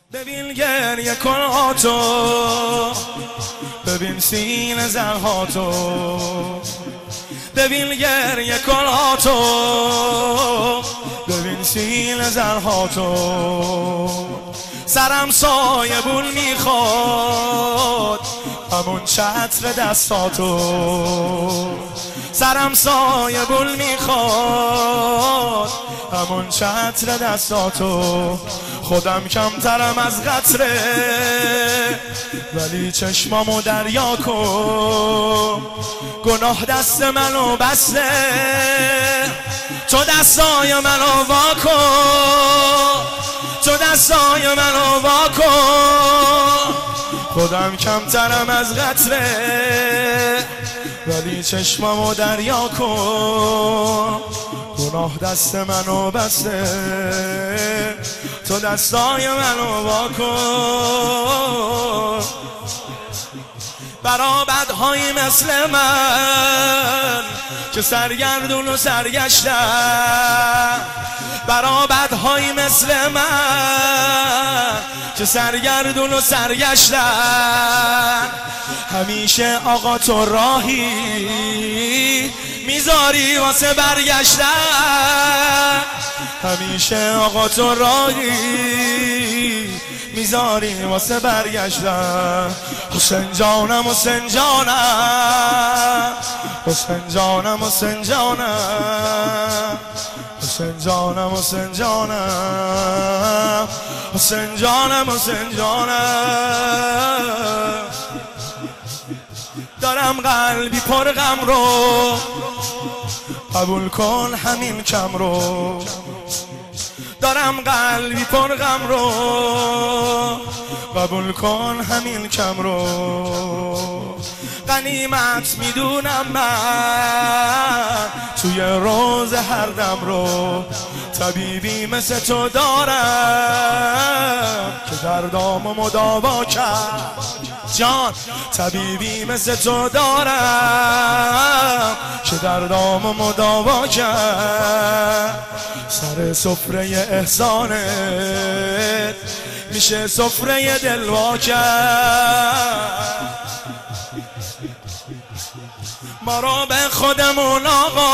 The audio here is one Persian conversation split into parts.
ببین گریه کلاتو، ببین سینه زرهاتو، ببین گریه کلاتو، ببین سینه زرهاتو. سرم سایه بون میخواد همون چتر دستاتو، سرم سایه بون میخواد همون چتر دستاتو. خودم کمترم از قطره ولی چشمامو دریا کن. گناه دست منو بسته، تو دستای منو وا کن، تو دستای منو وا کن. خودم کمترم از قطره ولی چشمامو دریا کن. گناه دست منو بسته، تو دستای منو وا کن. برا بدهایی مثل من که سرگردون و سرگشتن، برا بدهایی مثل من که سرگردون و سرگشتن. همیشه آقا تو راهی میذاری واسه برگشتن، همیشه آقا تو راهی میذاری واسه برگشتن. حسین جانم حسین جانم، حسین جانم حسین جانم، حسین جانم حسین جانم، حسین جانم حسین جانم. دارم قلبی پر غم رو، قبول کن همین کم رو. دارم قلبی پر غم رو، قبول کن همین کم رو. غنیمت میدونم من توی روز هر دم رو، طبیبی مثل تو دارم که دردامو مداوا کرد. جان طبیبی مثل تو دارم که دردامو مداوا کرد. سر سفره احسانت میشه سفره دلوا کرد. ما را به خودمون آقا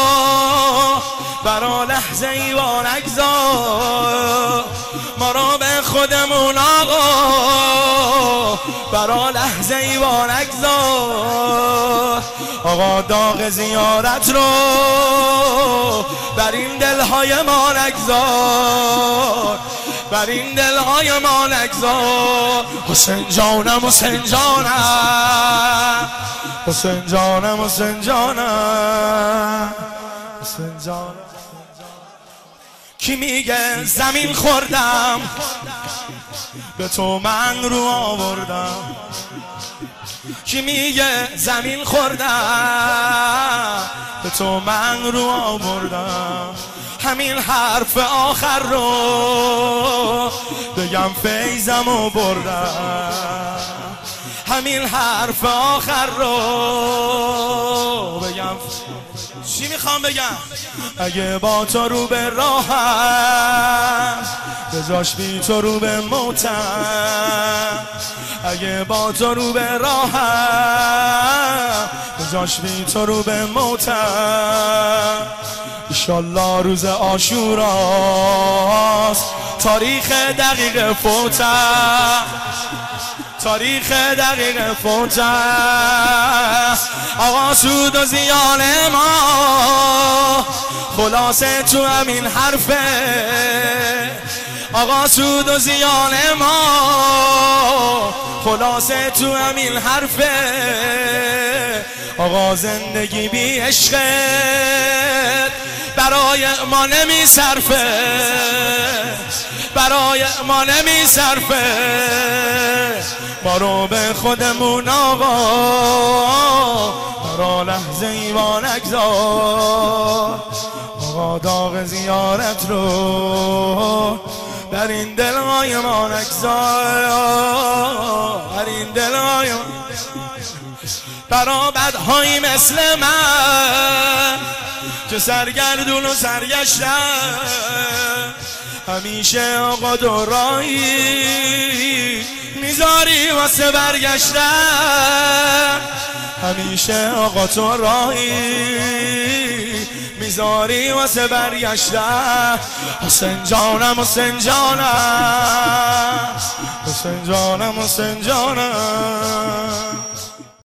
برا لحظه ای و نگذار، ما را به خودمون آقا برا لحظه ای و نگذار. آقا داغ زیارت رو بر این دلهای ما نگذار، بر این دلهای ما نگذار. حسین جانم حسین جانم، حسین جانم حسین جانم، حسین جانم. کی میگه زمین خوردم به تو من رو آوردم، کی میگه زمین خوردم به تو من رو آوردم. همین حرف آخر رو بگم فیضم و بردم، همین حرف آخر رو بگم. چی میخوام بگم؟ اگه با تو رو به راهم بجاش بی تو رو به موتم، اگه با تو رو به راهم بجاش بی تو رو به موتم. ایشالله روز عاشوراست، تاریخ دقیق فوتم، تاریخ دقیق فوتم. آقا سود و زیان ما خلاصه تو همین حرفه، آقا سود و زیان ما خلاصه تو همین حرفه. آقا زندگی بی عشقت برای ما نمی صرفه، برای ما نمی صرفه. ما رو به خودمون آقا برا لحظه ای و نگذار. آقا داغ زیارت رو بر این دلهای ما نگذار، بر این دلهای ما. برا بدهایی مثل من که سرگردون و سرگشتن، همیشه آقا تو راهی میذاری واسه برگشتن، همیشه آقا تو راهی میذاری واسه برگشتن. حسین جانم حسین جانم حسین جانم حسین جانم